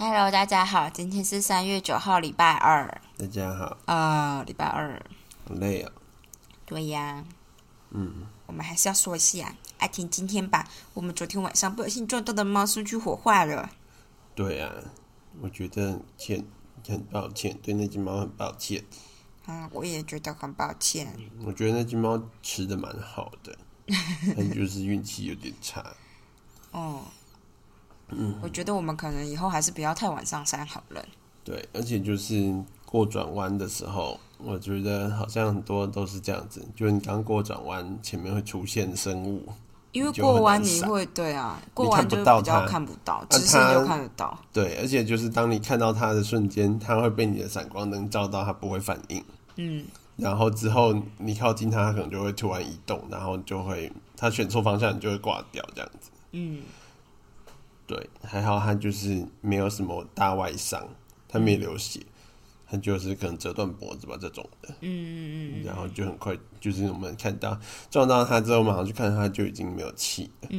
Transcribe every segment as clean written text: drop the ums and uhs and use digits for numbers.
Hello， 大家好，今天是3月9号，礼拜二。 大家好。 礼拜二。 好累啊。 对呀。我们还是要说一下，阿婷今天把我们昨天晚上不小心撞到的猫送去火化了。 对啊，我觉得很抱歉，对那只猫很抱歉。 我也觉得很抱歉。 我觉得那只猫吃的蛮好的，但就是运气有点差。 我觉得我们可能以后还是不要太晚上山好了。 对，而且就是过转弯的时候，我觉得好像很多都是这样子，就是你刚过转弯，前面会出现生物， 因为过弯你会过弯就比较看不到，直线就看得到。 对，而且就是当你看到它的瞬间，它会被你的闪光灯照到，它不会反应。然后之后你靠近它，它可能就会突然移动，然后就会它选错方向，你就会挂掉这样子。对，还好它就是没有什么大外伤，它没流血，它就是可能折断脖子吧这种的。然后就很快，就是我们看到撞到它之后，马上去看它就已经没有气了。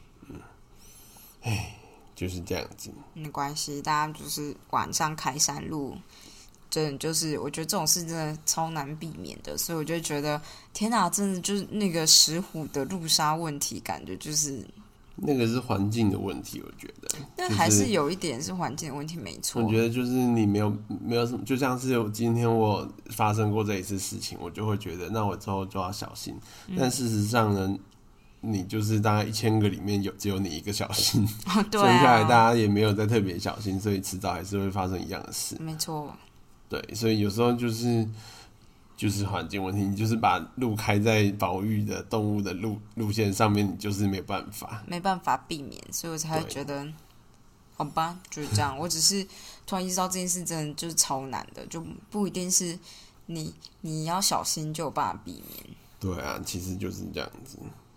就是这样子。 没关系，大家就是晚上开山路，真的就是我觉得这种事真的超难避免的，所以我就觉得天哪，真的就是那个石虎的路杀问题，感觉就是那个是环境的问题，我觉得。 但还是有一点是环境的问题，没错。 我觉得就是你没有什么，就像是今天我发生过这一次事情，我就会觉得，那我之后就要小心。但事实上呢，你就是大概1000个里面只有你一个小心， 对剩下来大家也没有在特别小心，所以迟早还是会发生一样的事。 没错。 对，所以有时候就是环境问题，你就是把路开在保育的动物的路线上面，你就是没办法避免，所以我才会觉得，好吧，就是这样。我只是突然意识到这件事真的就是超难的，就不一定是你要小心就有办法避免。 对啊，其实就是这样子。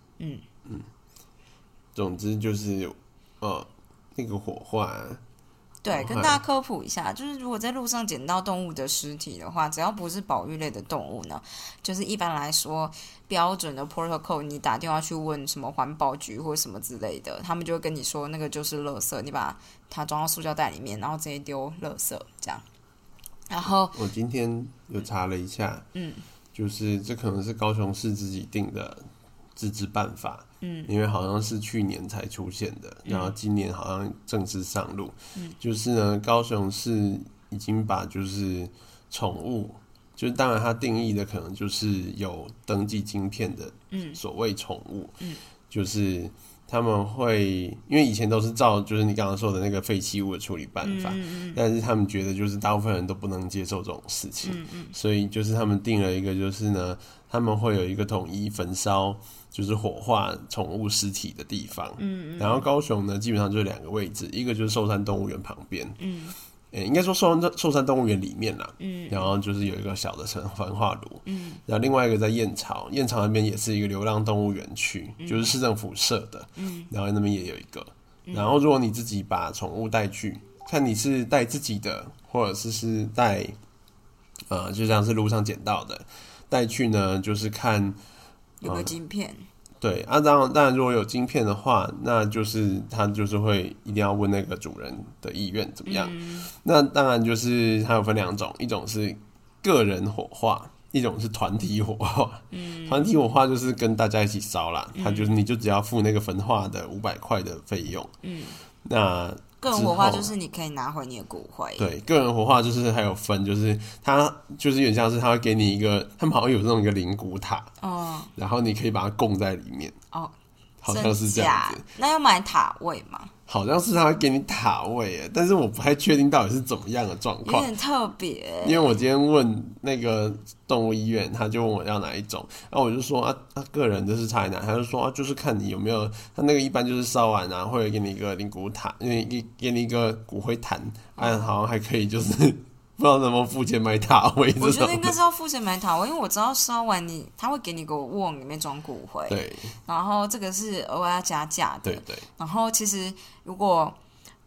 总之就是那个火化。 对，跟大家科普一下，就是如果在路上捡到动物的尸体的话，只要不是保育类的动物呢，就是一般来说标准的 protocol， 你打电话去问什么环保局或什么之类的，他们就会跟你说那个就是垃圾，你把它装到塑胶袋里面，然后直接丢垃圾这样。然后我今天有查了一下，就是这可能是高雄市自己定的自治办法，因为好像是去年才出现的，然后今年好像正式上路。就是呢，高雄市已经把就是宠物，就是当然它定义的可能就是有登记晶片的所谓宠物，就是他们会因为以前都是照就是你刚刚说的那个废弃物的处理办法，但是他们觉得就是大部分人都不能接受这种事情，所以就是他们定了一个就是呢，他们会有一个统一焚烧就是火化宠物尸体的地方。然后高雄呢基本上就是2个位置，一个就是寿山动物园旁边，应该说寿山动物园里面啦，然后就是有一个小的焚化炉，然后另外一个在燕巢那边也是一个流浪动物园区，就是市政府设的，然后那边也有一个。然后如果你自己把宠物带去，看你是带自己的，或者是带就像是路上捡到的带去呢，就是看有没有晶片。 对啊，当然，如果有晶片的话，那就是他就是会一定要问那个主人的意愿怎么样。那当然就是它有分2种，一种是个人火化，一种是团体火化。团体火化就是跟大家一起烧啦，它就是你就只要付那个焚化的500块的费用。那个人火化就是你可以拿回你的骨灰。 对，个人火化就是还有分，就是它就是有点像是他会给你一个，他们好像有那种一个灵骨塔，然后你可以把它供在里面。好像是这样子。 那要买塔位吗？ 好像是他会给你塔位耶，但是我不太确定到底是怎么样的状况， 有点特别。 因为我今天问那个动物医院，他就问我要哪一种，然后我就说个人就是差在哪，他就说就是看你有没有，他那个一般就是烧完啊，会给你一个灵骨塔，因为给你一个骨灰坛，好像还可以就是不知道怎么付钱买塔位这种的。 我觉得应该是要付钱买塔位，因为我知道烧完他会给你个瓮里面装骨灰，对，然后这个是额外要加价的， 对。 然后其实如果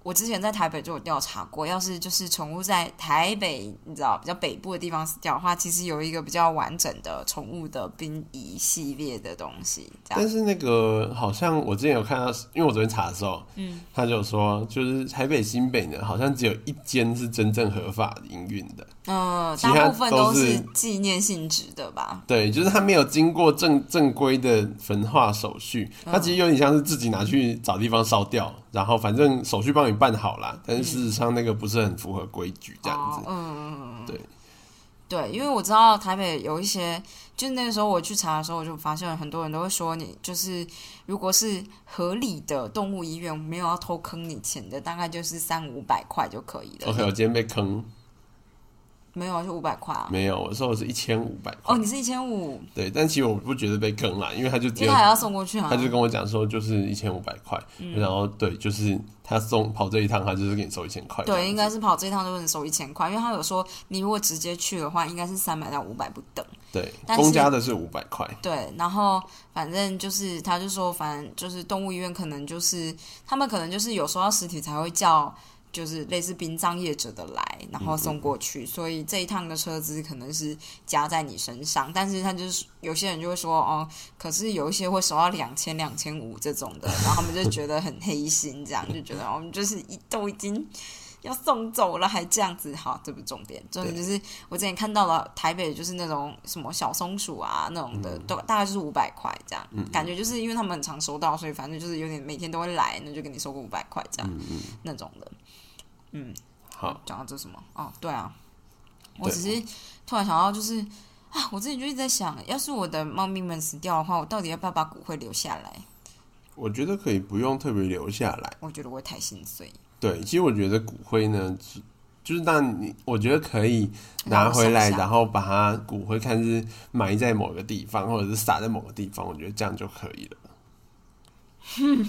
我之前在台北就有调查过，要是就是宠物在台北，你知道比较北部的地方死掉的话，其实有一个比较完整的宠物的殡仪系列的东西。 但是那个好像我之前有看到，因为我昨天查的时候，他就说，就是台北新北呢，好像只有一间是真正合法营运的， 大部分都是纪念性质的吧？ 对，就是他没有经过正规的焚化手续，他其实有点像是自己拿去找地方烧掉，然后反正手续帮你办好啦，但是事实上那个不是很符合规矩这样子。 对，因为我知道台北有一些，就是那个时候我去查的时候，我就发现很多人都会说，你就是如果是合理的动物医院，没有要偷坑你钱的，大概就是300-500块就可以了。 OK， 我今天被坑。 没有，就500块啊。 没有，我说我是1500块。 哦，你是1500。 对，但其实我不觉得被坑啦，因为他就因为他还要送过去啊。 他就跟我讲说，就是1500块，然后对，就是他跑这一趟，他就是给你收1000块。 对，应该是跑这一趟就能收1000块，因为他有说你如果直接去的话，应该是300到500不等。 对，公家的是500块。 对，然后反正就是他就说，反正就是动物医院可能就是他们可能就是有收到尸体才会叫。就是类似殡葬业者的来，然后送过去，所以这一趟的车资可能是加在你身上，但是他就是有些人就会说哦，可是有一些会收到2000、2500这种的，然后他们就觉得很黑心，这样就觉得我们就是都已经要送走了还这样子。好，这不是重点，重点就是我之前看到了台北就是那种什么小松鼠啊那种的，都大概就是500块这样，感觉就是因为他们很常收到，所以反正就是有点每天都会来，那就给你收个500块这样，那种的。 好， 讲到这什么？哦，对啊，我只是突然想到，就是我之前就一直在想，要是我的猫咪们死掉的话，我到底要不要把骨灰留下来？ 我觉得可以不用特别留下来， 我觉得我会太心碎。 对，其实我觉得骨灰呢，就是我觉得可以拿回来，然后把它骨灰看是埋在某个地方，或者是撒在某个地方，我觉得这样就可以了。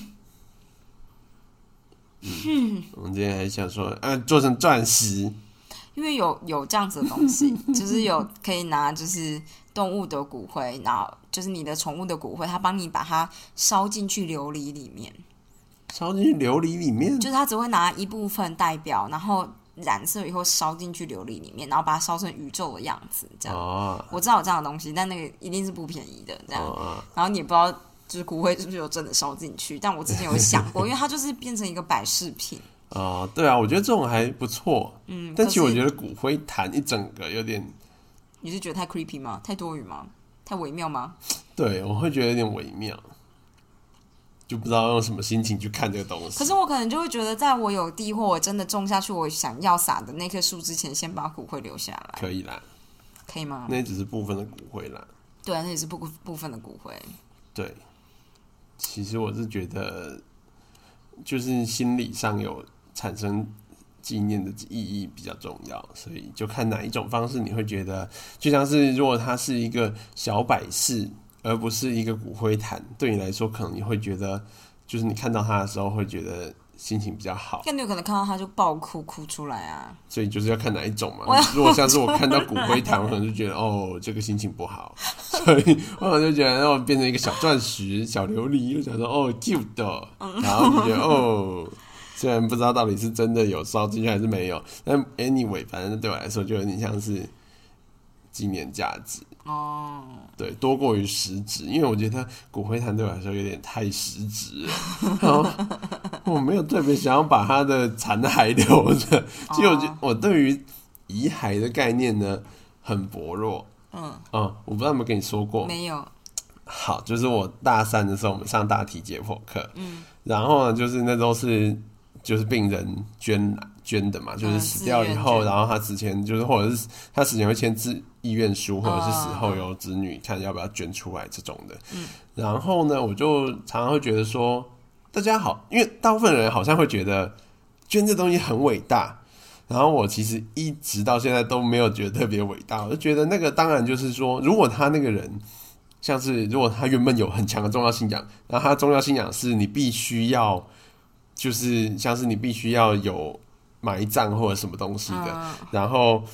我们今天还想说，做成钻石， 因为有这样子的东西，就是有可以拿，就是动物的骨灰，然后就是你的宠物的骨灰，它帮你把它烧进去琉璃里面。 烧进去琉璃里面， 就是它只会拿一部分代表，然后染色以后烧进去琉璃里面，然后把它烧成宇宙的样子，这样。我知道有这样的东西，但那个一定是不便宜的，这样。然后你也不知道。就是骨灰是不是有真的烧进去？但我之前有想过，因为它就是变成一个摆饰品。 对啊，我觉得这种还不错。但其实我觉得骨灰坛一整个有点， 你是觉得太 creepy 吗？太多余吗？太微妙吗？ 对，我会觉得有点微妙，就不知道用什么心情去看这个东西。 可是我可能就会觉得，在我有地或我真的种下去我想要撒的那棵树之前，先把骨灰留下来。 可以啦， 可以吗？ 那只是部分的骨灰啦。 对啊，那也是部分的骨灰。 对。其实我是觉得，就是心理上有产生纪念的意义比较重要，所以就看哪一种方式你会觉得，就像是如果它是一个小摆饰，而不是一个骨灰坛，对你来说可能你会觉得，就是你看到它的时候会觉得心情比较好。 那你有可能看到它就爆哭出来啊！ 所以就是要看哪一种嘛。如果像是我看到骨灰坛，我可能就觉得这个心情不好，所以我可能就觉得变成一个小钻石、小琉璃，就想说cute 的，然后就觉得虽然不知道到底是真的有烧进去还是没有，但 anyway， 反正对我来说就有点像是纪念价值。对，多过于实质，因为我觉得骨灰坛对我来说有点太实质了，然后我没有特别想要把它的残骸留着。其实我对于遗骸的概念呢很薄弱。我不知道有没有跟你说过， 没有。 好，就是我大3的时候，我们上大体解剖课，然后呢，就是那都是就是病人捐的嘛，就是死掉以后，然后他死前就是或者是他死前会签字意愿书，或者是死后由子女看要不要捐出来这种的。然后呢，我就常常会觉得说，大家好，因为大部分人好像会觉得捐这东西很伟大，然后我其实一直到现在都没有觉得特别伟大，我就觉得那个当然就是说，如果他那个人像是如果他原本有很强的宗教信仰，然后他宗教信仰是你必须要就是像是你必须要有埋葬或者什么东西的，然后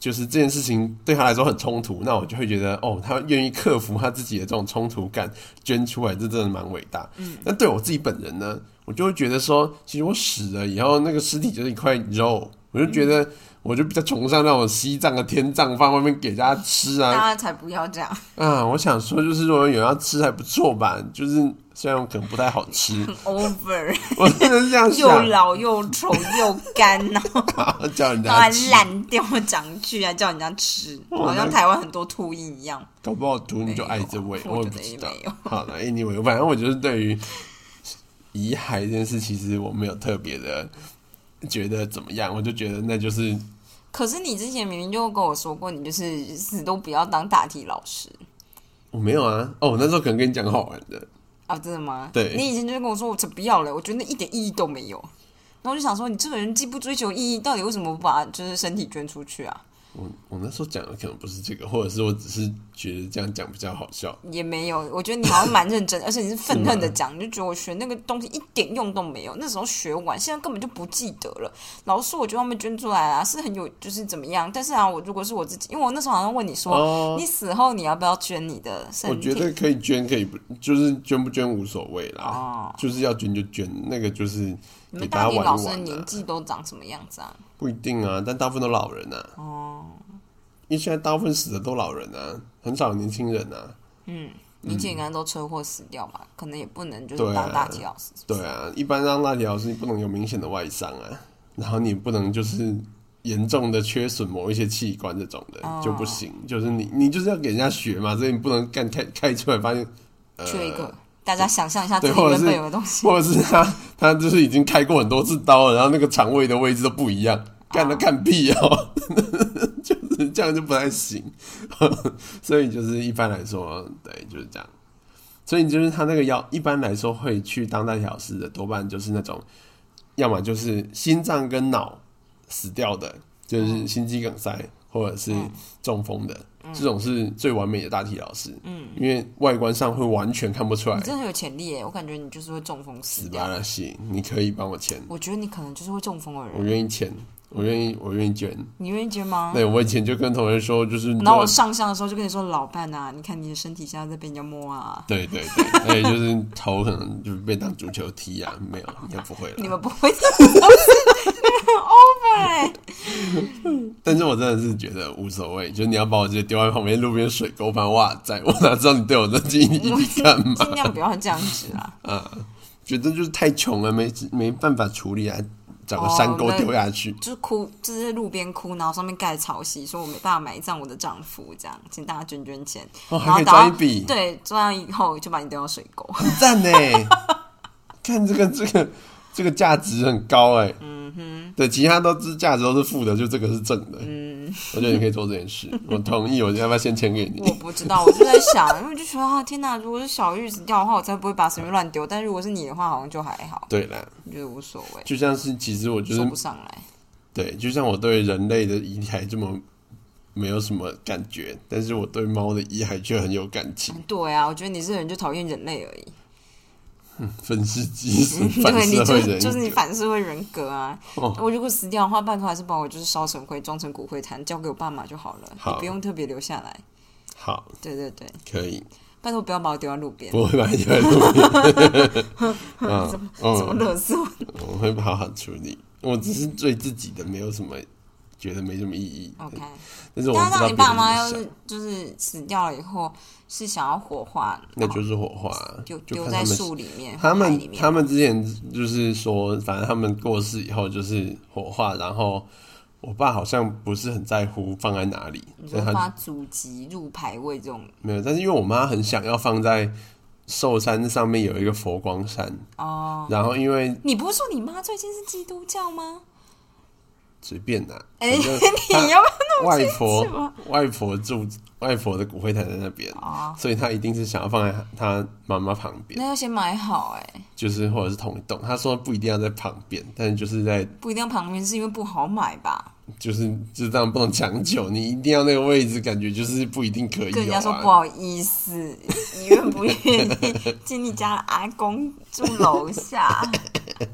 就是这件事情对他来说很冲突，那我就会觉得他愿意克服他自己的这种冲突感，捐出来，这真的蛮伟大。那对我自己本人呢，我就会觉得说，其实我死了以后，那个尸体就是一块肉，我就觉得。我就比较崇尚那种西藏的天葬，放外面给大家吃啊！ 大家才不要这样。 我想说，就是如果有人要吃还不错吧，就是虽然可能不太好吃， 很 over， 我真的是这样想， 又老又丑又干，然后叫人家吃， 还烂掉长蛆，还叫人家吃，好像台湾很多秃鹰一样。 搞不好秃鹰就爱这味，我也不知道。好了 ，anyway， 反正我就是对于遗骸这件事，其实我没有特别的觉得怎么样，我就觉得那就是。 可是你之前明明就跟我说过，你就是死都不要当大体老师。 我没有啊，我那时候可能跟你讲好玩的啊，真的吗？ 对， 你以前就跟我说我才不要了，我觉得那一点意义都没有。然后我就想说，你这个人既不追求意义，到底为什么不把就是身体捐出去啊？ 我那时候讲的可能不是这个，或者是我只是觉得这样讲比较好笑。 也没有，我觉得你好像蛮认真，而且你是愤恨的讲，你就觉得我学那个东西一点用都没有。那时候学完，现在根本就不记得了。老师，我觉得他们捐出来啊，是很有就是怎么样？但是啊，我如果是我自己，因为我那时候好像问你说，你死后你要不要捐你的身体？ 我觉得可以捐，可以不，就是捐不捐无所谓啦。就是要捐就捐，那个就是你们给大家玩一玩。 大体老师的年纪都长什么样子啊？ 不一定啊，但大部分都老人啊。因为现在大部分死的都老人啊，很少有年轻人啊。 年轻人应该都车祸死掉嘛，可能也不能就是当大体老师。 对啊，一般当大体老师你不能有明显的外伤啊，然后你不能就是严重的缺损某一些器官这种的就不行。就是你就是要给人家学嘛，所以你不能开出来发现缺一个。大家想象一下自己原本有的东西， 或者是他就是已经开过很多次刀了，然后那个肠胃的位置都不一样，干他看屁哦，就是这样就不太行。所以就是一般来说，对，就是这样。所以就是他那个一般来说会去当大体老师的，多半就是那种，要么就是心脏跟脑死掉的，就是心肌梗塞或者是中风的。这种是最完美的大体老师，因为外观上会完全看不出来。 你真的很有潜力耶，我感觉你就是会中风死掉。 你可以帮我签。 我觉得你可能就是会中风的人。 我愿意签，我愿意捐。 你愿意捐吗？ 对，我以前就跟同学说，就是然后我上香的时候就跟你说，老伴啊，你看你的身体现在在被人家摸啊。 对对对，而且就是头可能就被当足球踢啊，没有，应该不会了。 你们不会这种东西，你很 over 但是我真的是觉得无所谓，就是你要把我直接丢在旁边路边水沟旁，哇塞，我哪知道你对我的记忆干嘛？ 尽量不要这样子啊。 觉得就是太穷了，没办法处理啊，找个山沟丢下去， 就是哭，就是路边哭，然后上面盖草席，说我没办法埋葬我的丈夫，这样，请大家捐钱， 还可以赚一笔， 对，赚完以后就把你丢到水沟， 很赞呢。看这个价值很高哎，对，其他价值都是负的，就这个是正的，我觉得你可以做这件事，我同意，我要不要先签给你？ 我不知道，我就在想，因为我就觉得天哪，如果是小玉死掉的话，我才不会把随便乱丢，但如果是你的话，好像就还好。 对啦， 我觉得无所谓， 就像是其实我就是说不上来， 对，就像我对人类的遗骸这么没有什么感觉，但是我对猫的遗骸却很有感情。 对啊，我觉得你这个人就讨厌人类而已。 愤世嫉俗，反社会人格， 就是你反社会人格啊！我如果死掉的话，拜托还是把我就是烧成灰，装成骨灰坛，交给我爸妈就好了，你不用特别留下来。 好， 对对对， 可以。 拜托不要把我丢在路边， 不会把你丢在路边。 怎么垃圾？ 我会好好处理。我只是对自己的没有什么觉得没什么意义。 OK， 但是我不知道你爸妈要是就是死掉了以后是想要火化， 那就是火化， 就丢在树里面。 他们之前就是说，反正他们过世以后就是火化，然后我爸好像不是很在乎放在哪里， 你说放祖籍入牌位这种没有，但是因为我妈很想要放在寿山上面有一个佛光山哦，然后因为你不是说你妈最近是基督教吗？ 随便啦， 你要不要那么清楚？ 外婆的骨灰坛在那边，所以她一定是想要放在她妈妈旁边。 那要先买好就是或者是同一栋。她说不一定要在旁边，但是就是在不一定要旁边，是因为不好买吧？ 就是当然不能强求，你一定要那个位置，感觉就是不一定可以。 跟人家说不好意思，你愿不愿意请你家的阿公住楼下？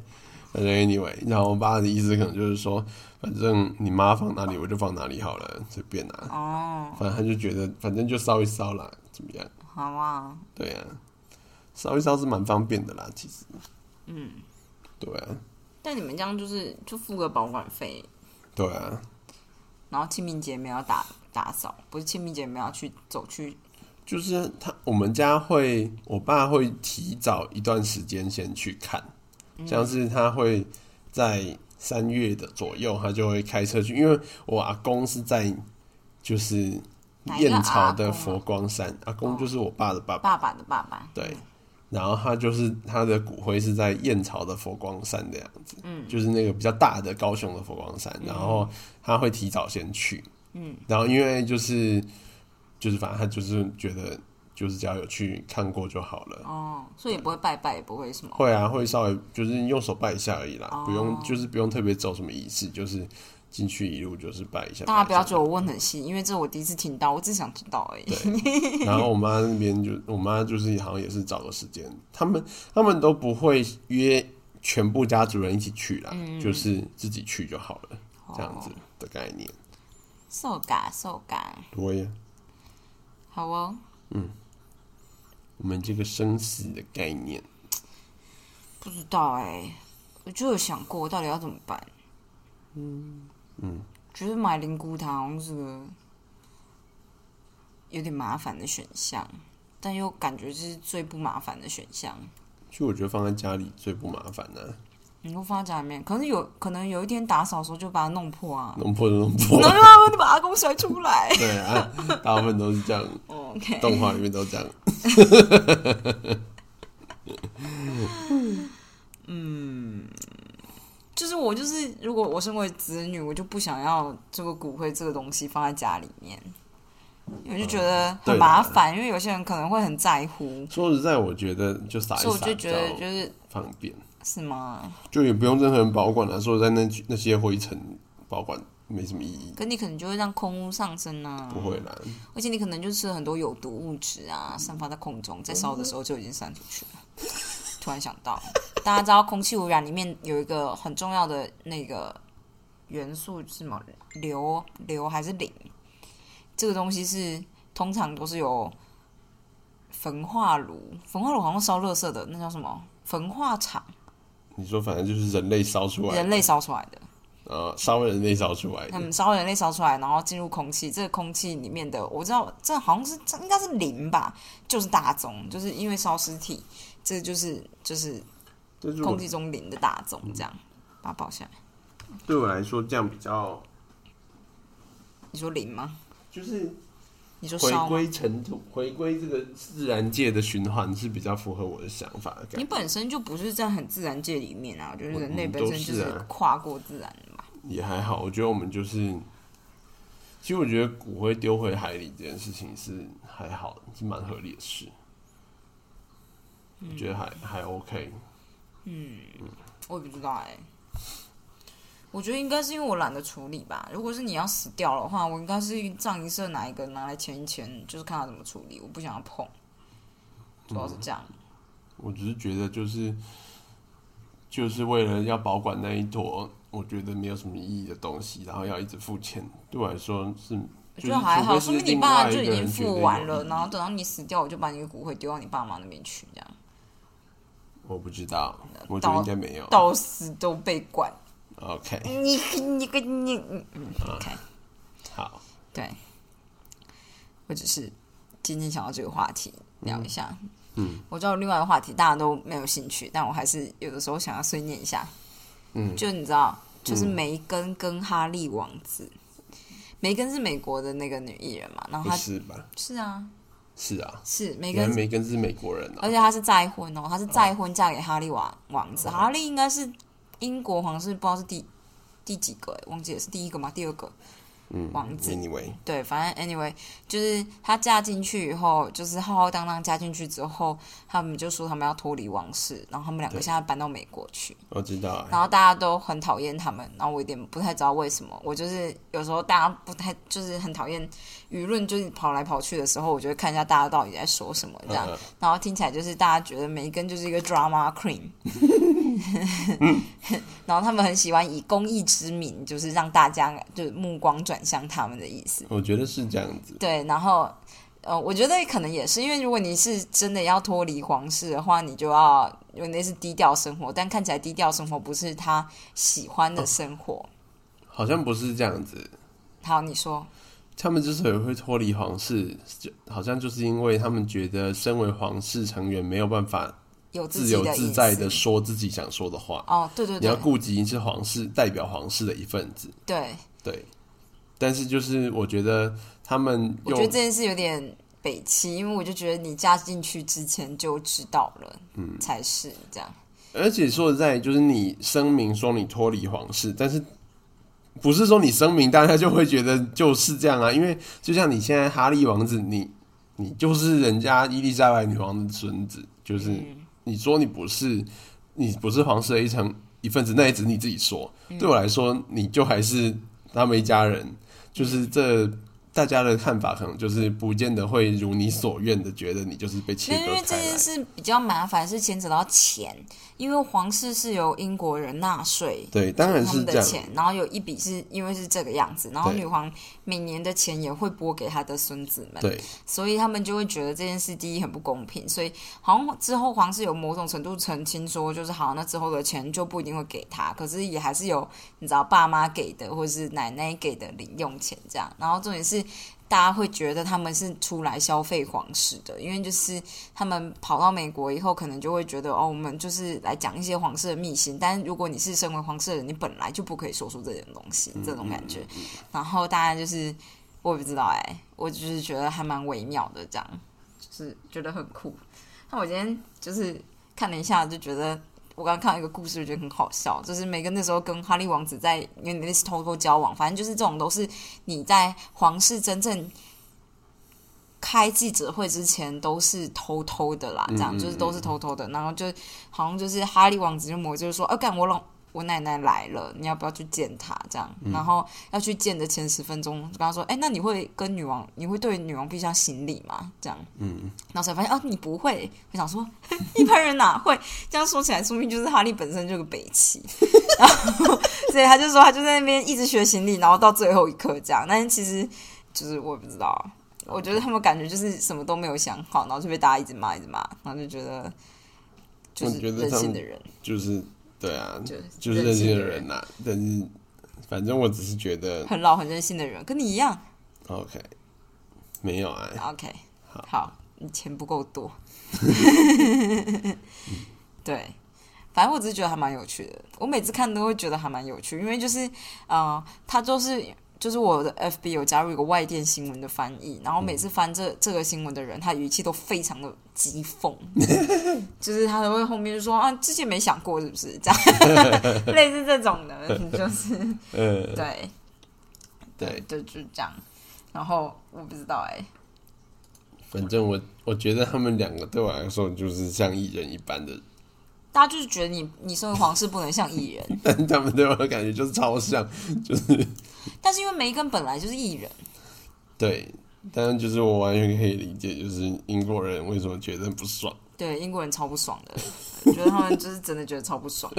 反正 anyway， 然后我爸的意思可能就是说，反正你妈放哪里我就放哪里好了，随便拿。哦。反正他就觉得，反正就烧一烧啦，怎么样？ 好啊。 对啊，烧一烧是蛮方便的啦，其实。对啊。 但你们这样就付个保管费。 对啊。 然后清明节没有打扫，不是清明节没有走去。 就是我们家我爸会提早一段时间先去看，像是他会在3月的左右，他就会开车去，因为我阿公是在就是燕巢的佛光山，阿公就是我爸的爸爸， 爸爸的爸爸， 对，然后他的骨灰是在燕巢的佛光山的样子，就是那个比较大的高雄的佛光山，然后他会提早先去，然后因为就是反正他就是觉得就是只要有去看过就好了。 哦，所以也不会拜拜，也不会什么。 会啊，会稍微就是用手拜一下而已啦，不用特别走什么仪式，就是进去一路就是拜一下。 大家不要觉得我问很细，因为这是我第一次听到，我只想知道而已。 对。然后我妈那边我妈就是好像也是找个时间，他们都不会约全部家族人一起去啦，就是自己去就好了，这样子的概念。 受感。 对呀。 好哦。 我们这个生死的概念， 不知道我就有想过到底要怎么办。觉得买灵骨塔好像是个有点麻烦的选项，但又感觉是最不麻烦的选项。 其实我觉得放在家里最不麻烦啊。 你都放在家里面，可能有一天打扫的时候就把它弄破啊， 弄破，然后就把阿公甩出来。 对啊，大部分都是这样。 OK， 动画里面都这样。 就是如果我身为子女，我就不想要这个骨灰这个东西放在家里面，因为我就觉得很麻烦，因为有些人可能会很在乎。 说实在，我觉得就撒一撒， 所以我就觉得就是方便。 是吗？ 就也不用任何人保管了。说实在，那些灰尘保管没什么意义。 可你可能就会让空污上升啊。 不会啦。 而且你可能就吃了很多有毒物质啊，散发在空中，在烧的时候就已经散出去了。突然想到，大家知道空气污染里面有一个很重要的那个元素是什么？硫还是磷？这个东西是通常都是由焚化炉好像烧垃圾的，那叫什么？焚化厂。 你说反正就是人类烧出来的，烧人类烧出来的， 烧人类烧出来，然后进入空气。这个空气里面的，我知道这好像是应该是磷吧，就是大宗，就是因为烧尸体，这就是空气中磷的大宗，这样把它保下来。 对我来说，这样比较。 你说磷吗？ 就是你说烧吗？ 回归尘土，回归这个自然界的循环是比较符合我的想法的感觉。 你本身就不是在很自然界里面啊，就是人类本身就是跨过自然的嘛。 也还好，我觉得我们就是，其实我觉得骨灰丢回海里这件事情是还好，是蛮合理的事。我觉得还 OK。 我也不知道我觉得应该是因为我懒得处理吧。如果是你要死掉的话，我应该是葬仪社拿来签一签，就是看他怎么处理，我不想要碰。主要是这样。 我只是觉得就是为了要保管那一坨，我觉得没有什么意义的东西，然后要一直付钱，对我来说是。 我觉得还好，说明你爸就已经付完了，然后等到你死掉，我就把你的骨灰丢到你爸妈那边去，这样。 我不知道，我觉得应该没有。 到死都被管。 OK， 你OK， 好， 对，我只是今天想到这个话题聊一下。我知道另外一个话题大家都没有兴趣，但我还是有的时候想要碎念一下。就你知道，就是梅根跟哈利王子，梅根是美国的那个女艺人嘛，然后她不是吧？ 是啊。是梅根是美国人而且她是再婚她是再婚嫁给哈利王子。哈利应该是英国皇室不知道是第几个忘记了是第一个吗？第二个？ 王子。 anyway， 对，反正 anyway 就是她嫁进去以后，就是浩浩荡荡嫁进去之后，他们就说他们要脱离王室，然后他们两个现在搬到美国去。 我知道。 然后大家都很讨厌他们，然后我有点不太知道为什么。我就是有时候大家不太就是很讨厌舆论，就是跑来跑去的时候，我就会看一下大家到底在说什么这样。然后听起来就是大家觉得梅根就是一个 drama queen，然后他们很喜欢以公益之名，就是让大家就是目光转向他们的意思。 我觉得是这样子。 对，然后我觉得可能也是因为，如果你是真的要脱离皇室的话，你就要因为那是低调生活，但看起来低调生活不是他喜欢的生活。 好像不是这样子。 好，你说。 他们之所以会脱离皇室，好像就是因为他们觉得身为皇室成员没有办法有自由自在的说自己想说的话。 哦，对对对， 你要顾及是皇室代表皇室的一份子。 对对，但是就是我觉得他们， 我觉得这件事有点北七，因为我就觉得你嫁进去之前就知道了，才是这样。 而且说实在，就是你声明说你脱离皇室，但是不是说你声明大家就会觉得就是这样啊？因为就像你现在哈利王子，你就是人家伊丽莎白女王的孙子，就是你说你不是皇室的一份子，那也只是你自己说。对我来说，你就还是他们一家人，就是这。大家的看法可能就是不见得会如你所愿的觉得你就是被切割开来。 因为这件事比较麻烦，是牵扯到钱，因为皇室是由英国人纳税， 对，当然是这样。他们的钱，然后有一笔是因为是这个样子，然后女皇每年的钱也会拨给她的孙子们， 对， 所以他们就会觉得这件事第一很不公平，所以好像之后皇室有某种程度澄清说，就是好，那之后的钱就不一定会给他，可是也还是有你知道爸妈给的或是奶奶给的零用钱这样，然后重点是。大家会觉得他们是出来消费皇室的，因为就是他们跑到美国以后，可能就会觉得我们就是来讲一些皇室的秘辛。但是如果你是身为皇室的人，你本来就不可以说出这种东西，这种感觉。然后大家就是我也不知道我就是觉得还蛮微妙的，这样就是觉得很酷。那我今天就是看了一下，就觉得。我刚刚看到一个故事，我觉得很好笑，就是梅根那时候跟哈利王子在，因为那是偷偷交往，反正就是这种都是你在皇室真正开记者会之前都是偷偷的啦，这样就是都是偷偷的，然后就好像就是哈利王子就是说，干我奶奶来了，你要不要去见她？这样，然后要去见的前10分钟，就跟他说，那你会对女王陛下行礼吗？这样，然后才发现你不会。我想说，一般人哪会？这样说起来，说明就是哈利本身就个北齐，然后所以他就说他就在那边一直学行礼，然后到最后一刻这样。但是其实就是我也不知道，我觉得他们感觉就是什么都没有想好，然后就被大家一直骂，然后就觉得就是任性的人， 就是。对啊，就是任性的人呐，但是反正我只是觉得很老很任性的人，跟你一样。 OK， 没有 OK， 好，你钱不够多。对，反正我只是觉得还蛮有趣的。我每次看都会觉得还蛮有趣，因为就是他就是我的 FB 有加入一个外电新闻的翻译，然后每次翻这个新闻的人，他语气都非常的讥讽，就是他都会后面就说之前没想过是不是这样，类似这种的，就是对，就是这样。然后我不知道反正我觉得他们两个对我来说就是像艺人一般的。 大家就是觉得你身为皇室不能像艺人， 但他们对我的感觉就是超像，就是。 但是因为梅根本来就是艺人， 对，但是就是我完全可以理解，就是英国人为什么觉得不爽。 对，英国人超不爽的，我觉得他们就是真的觉得超不爽。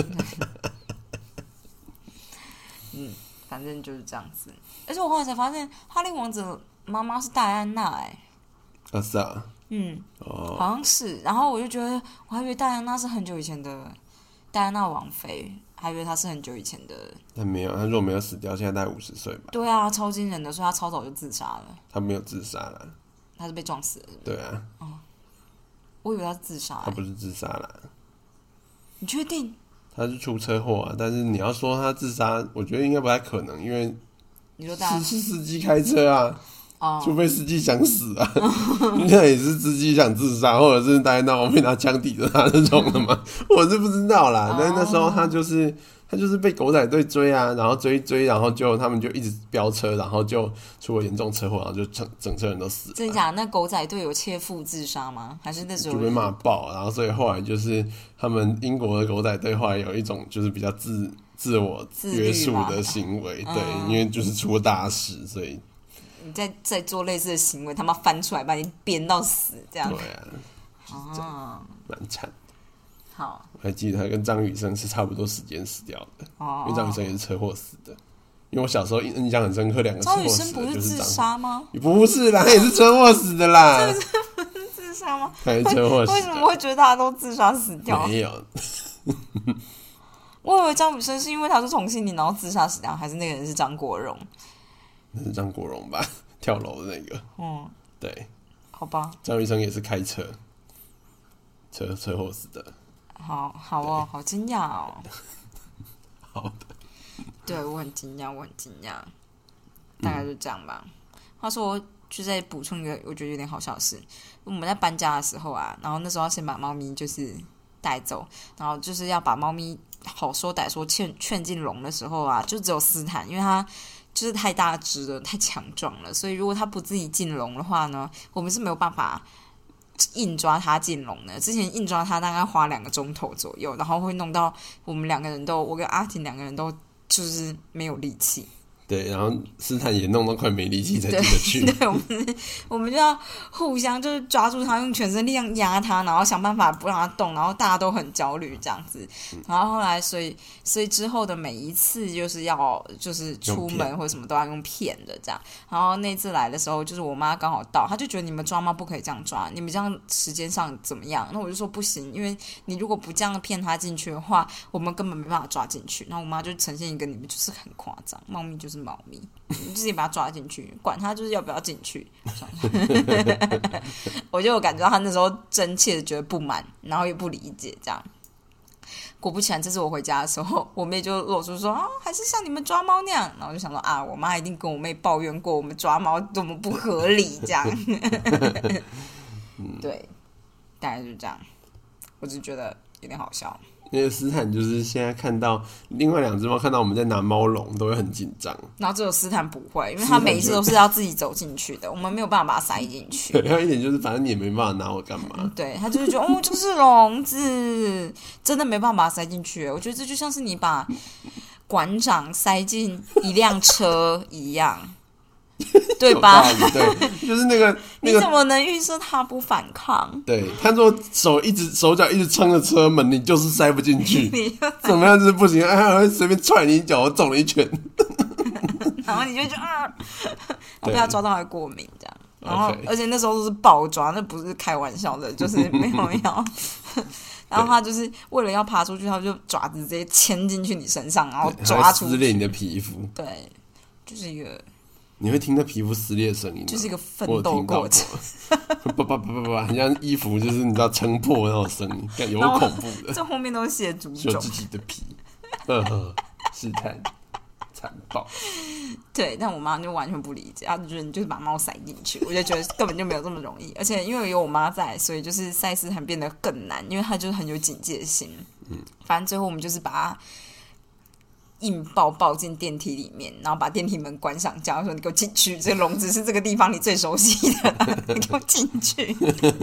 反正就是这样子。而且我后来才发现，哈利王子妈妈是戴安娜是啊。 好像是。然后我就觉得，我还以为戴安娜是很久以前的戴安娜王妃，还以为她是很久以前的。 但没有，她如果没有死掉，现在大概50岁吧。 对啊，超惊人的，所以她超早就自杀了。 她没有自杀啦， 她是被撞死的是不是？ 对啊。 我以为她是自杀。 她不是自杀啦。 你确定？ 她是出车祸啊，但是你要说她自杀，我觉得应该不太可能，因为你说大家是司机开车啊。 除非司机想死啊，那也是司机想自杀，或者是戴那王被拿枪抵着他那种的嘛，我是不知道啦。但是那时候他就是被狗仔队追啊，然后追，然后他们就一直飙车，然后就出了严重车祸，然后就整车人都死了。 真的假的？那狗仔队有切腹自杀吗？还是那时候就被骂爆？然后所以后来就是他们英国的狗仔队后来有一种就是比较自我约束的行为，对，因为就是出了大事，所以你在做类似的行为，他妈翻出来把你鞭到死，这样。 对啊，蛮惨。 好， 我还记得他跟张雨生是差不多时间死掉的，因为张雨生也是车祸死的。因为我小时候印象很深刻，两个车祸死的就是张雨生不是自杀吗？ 不是啦，他也是车祸死的啦。 这不是自杀吗？ 他是车祸死的。 为什么会觉得大家都自杀死掉？ 没有。 我以为张雨生是因为他是同性恋然后自杀死掉，还是那个人是张国荣？那是张国荣吧？跳楼的那个。对。 好吧。 张雨生也是开车祸死的。 好哦，好惊讶哦。 好的。 对，我很惊讶，大概就这样吧。话说，就再补充一个我觉得有点好笑的事。我们在搬家的时候啊，然后那时候要先把猫咪就是带走，然后就是要把猫咪好说歹说劝进笼的时候啊，就只有斯坦，因为他就是太大只了，太强壮了，所以如果他不自己进笼的话呢，我们是没有办法硬抓他进笼的。之前硬抓他大概花2个钟头左右，然后会弄到我们2个人都，我跟阿婷2个人都就是没有力气。 对，然后斯坦也弄到快没力气才进得去。 对，我们就要互相就是抓住他，用全身力量压他，然后想办法不让他动，然后大家都很焦虑这样子。然后后来，所以之后的每一次就是出门或者什么都要用骗的这样。然后那次来的时候，就是我妈刚好到，她就觉得你们抓猫不可以这样抓，你们这样时间上怎么样？那我就说不行，因为你如果不这样骗他进去的话，我们根本没办法抓进去。然后我妈就呈现一个你们就是很夸张，猫咪就是猫咪，你自己把它抓进去，管它就是要不要进去。我就有感觉到他那时候真切的觉得不满，然后也不理解这样。果不其然，这次我回家的时候，我妹就露出说还是像你们抓猫那样。然后我就想说我妈一定跟我妹抱怨过我们抓猫多么不合理这样。对，大概就是这样。我只觉得有点好笑。 因为斯坦就是现在看到另外2只猫看到我们在拿猫笼都会很紧张， 然后只有斯坦不会，因为他每一次都是要自己走进去的，我们没有办法把它塞进去。 对，他一点就是反正你也没办法拿我干嘛。 对，他就是觉得就是笼子，真的没办法把它塞进去。我觉得这就像是你把馆长塞进一辆车一样。对吧？ 对，就是那个， 你怎么能预设他不反抗？ 对，他说手脚一直撑着车门，你就是塞不进去，怎么样就是不行，会随便踹你一脚，我揍你一拳， 然后你就觉得我被他抓到还过敏这样。然后而且那时候都是爆抓，那不是开玩笑的，就是没有要。然后他就是为了要爬出去，他就爪子直接牵进去你身上，然后抓出去， 撕裂你的皮肤。 对，就是一个。 你会听到皮肤撕裂的声音， 就是一个奋斗过程， 叭，很像衣服就是你知道撑破那种声音，有恐怖的。 这后面都是血肿肿， 自己的皮，试探残暴。 对，但我妈就完全不理解，她就觉得你就是把猫塞进去，我就觉得根本就没有这么容易。而且因为有我妈在，所以就是塞斯坦变得更难，因为她就是很有警戒心。反正最后我们就是把它硬抱进电梯里面，然后把电梯门关上，这样说：“你给我进去，这个笼子是这个地方你最熟悉的，你给我进去。”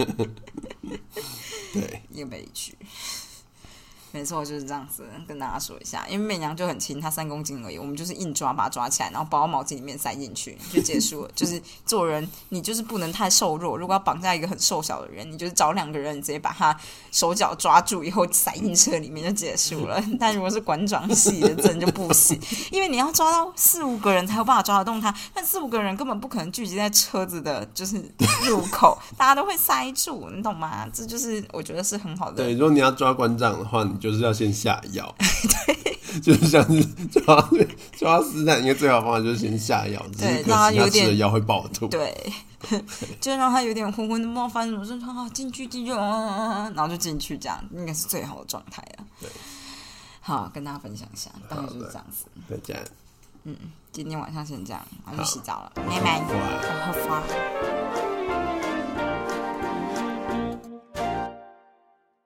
对， 一个悲剧。没错，就是这样子，跟大家说一下。因为媚娘就很轻，她3公斤而已，我们就是硬抓把它抓起来，然后包到毛巾里面塞进去就结束了。就是做人，你就是不能太瘦弱。如果要绑架一个很瘦小的人，你就是找2个人，你直接把他手脚抓住以后塞进车里面就结束了。但如果是馆长系的，真的就不行，因为你要抓到4、5个人才有办法抓得动他，但4、5个人根本不可能聚集在车子的，就是入口，大家都会塞住，你懂吗？这就是我觉得是很好的。 对，如果你要抓馆长的话，你就是要先下药。对，就是像是抓斯坦，应该最好的方法就是先下药， 对，让他有点吃了药会爆吐。 对，就让他有点昏昏的，不知道发生什么事，进去，然后就进去，这样应该是最好的状态了。 对， 好，跟大家分享一下，大概就是这样子。 再见。 今天晚上先这样，我要去洗澡了，拜拜， 乖。 好发。